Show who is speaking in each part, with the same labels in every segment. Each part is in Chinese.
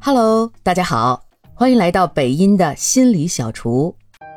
Speaker 1: Hello， 大家好，欢迎来到北音的心理小厨。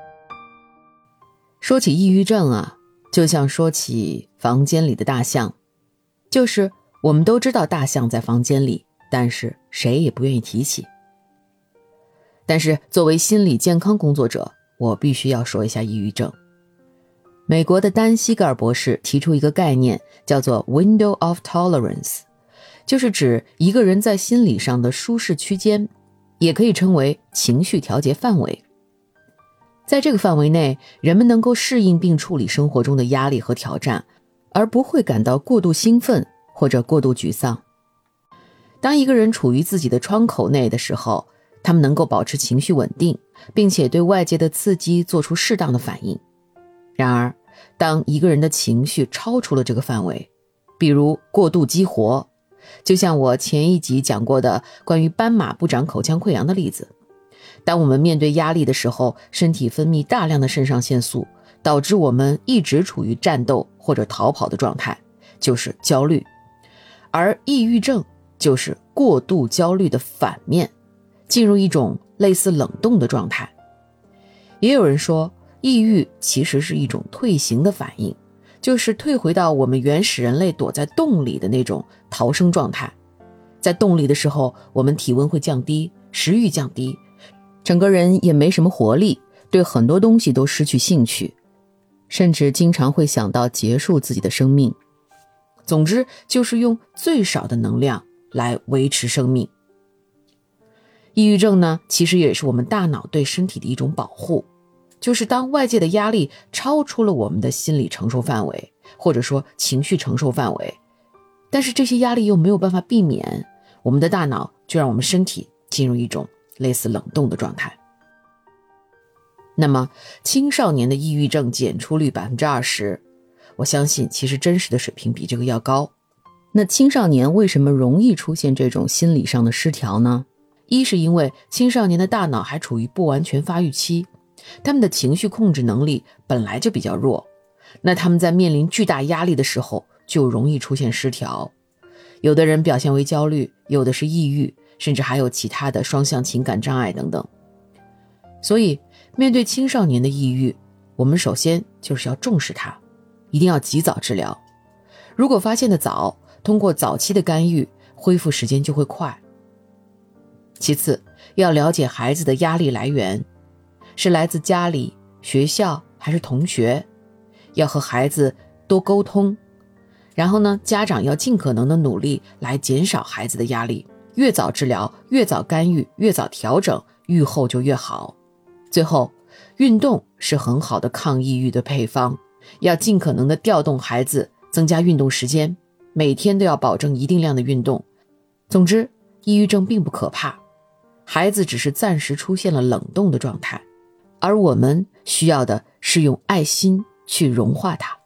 Speaker 1: 说起抑郁症啊，就像说起房间里的大象，就是我们都知道大象在房间里，但是谁也不愿意提起。但是作为心理健康工作者，我必须要说一下抑郁症。美国的丹·西格尔博士提出一个概念，叫做 Window of Tolerance， 就是指一个人在心理上的舒适区间，也可以称为情绪调节范围。在这个范围内，人们能够适应并处理生活中的压力和挑战，而不会感到过度兴奋或者过度沮丧。当一个人处于自己的窗口内的时候，他们能够保持情绪稳定，并且对外界的刺激做出适当的反应。然而，当一个人的情绪超出了这个范围，比如过度激活，就像我前一集讲过的关于斑马部长口腔溃疡的例子，当我们面对压力的时候，身体分泌大量的肾上腺素，导致我们一直处于战斗或者逃跑的状态，就是焦虑。而抑郁症就是过度焦虑的反面，进入一种类似冷冻的状态。也有人说，抑郁其实是一种退行的反应，就是退回到我们原始人类躲在洞里的那种逃生状态。在洞里的时候，我们体温会降低，食欲降低，整个人也没什么活力，对很多东西都失去兴趣，甚至经常会想到结束自己的生命。总之，就是用最少的能量来维持生命。抑郁症呢，其实也是我们大脑对身体的一种保护，就是当外界的压力超出了我们的心理承受范围，或者说情绪承受范围，但是这些压力又没有办法避免，我们的大脑就让我们身体进入一种类似冷冻的状态。那么青少年的抑郁症检出率 20%， 我相信其实真实的水平比这个要高。那青少年为什么容易出现这种心理上的失调呢？一是因为青少年的大脑还处于不完全发育期，他们的情绪控制能力本来就比较弱，那他们在面临巨大压力的时候就容易出现失调。有的人表现为焦虑，有的是抑郁，甚至还有其他的双向情感障碍等等。所以面对青少年的抑郁，我们首先就是要重视它，一定要及早治疗。如果发现的早，通过早期的干预，恢复时间就会快。其次，要了解孩子的压力来源，是来自家里、学校还是同学，要和孩子多沟通。然后呢，家长要尽可能的努力来减少孩子的压力，越早治疗，越早干预，越早调整，愈后就越好。最后，运动是很好的抗抑郁的配方，要尽可能的调动孩子，增加运动时间，每天都要保证一定量的运动。总之，抑郁症并不可怕，孩子只是暂时出现了冷冻的状态，而我们需要的是用爱心去融化它。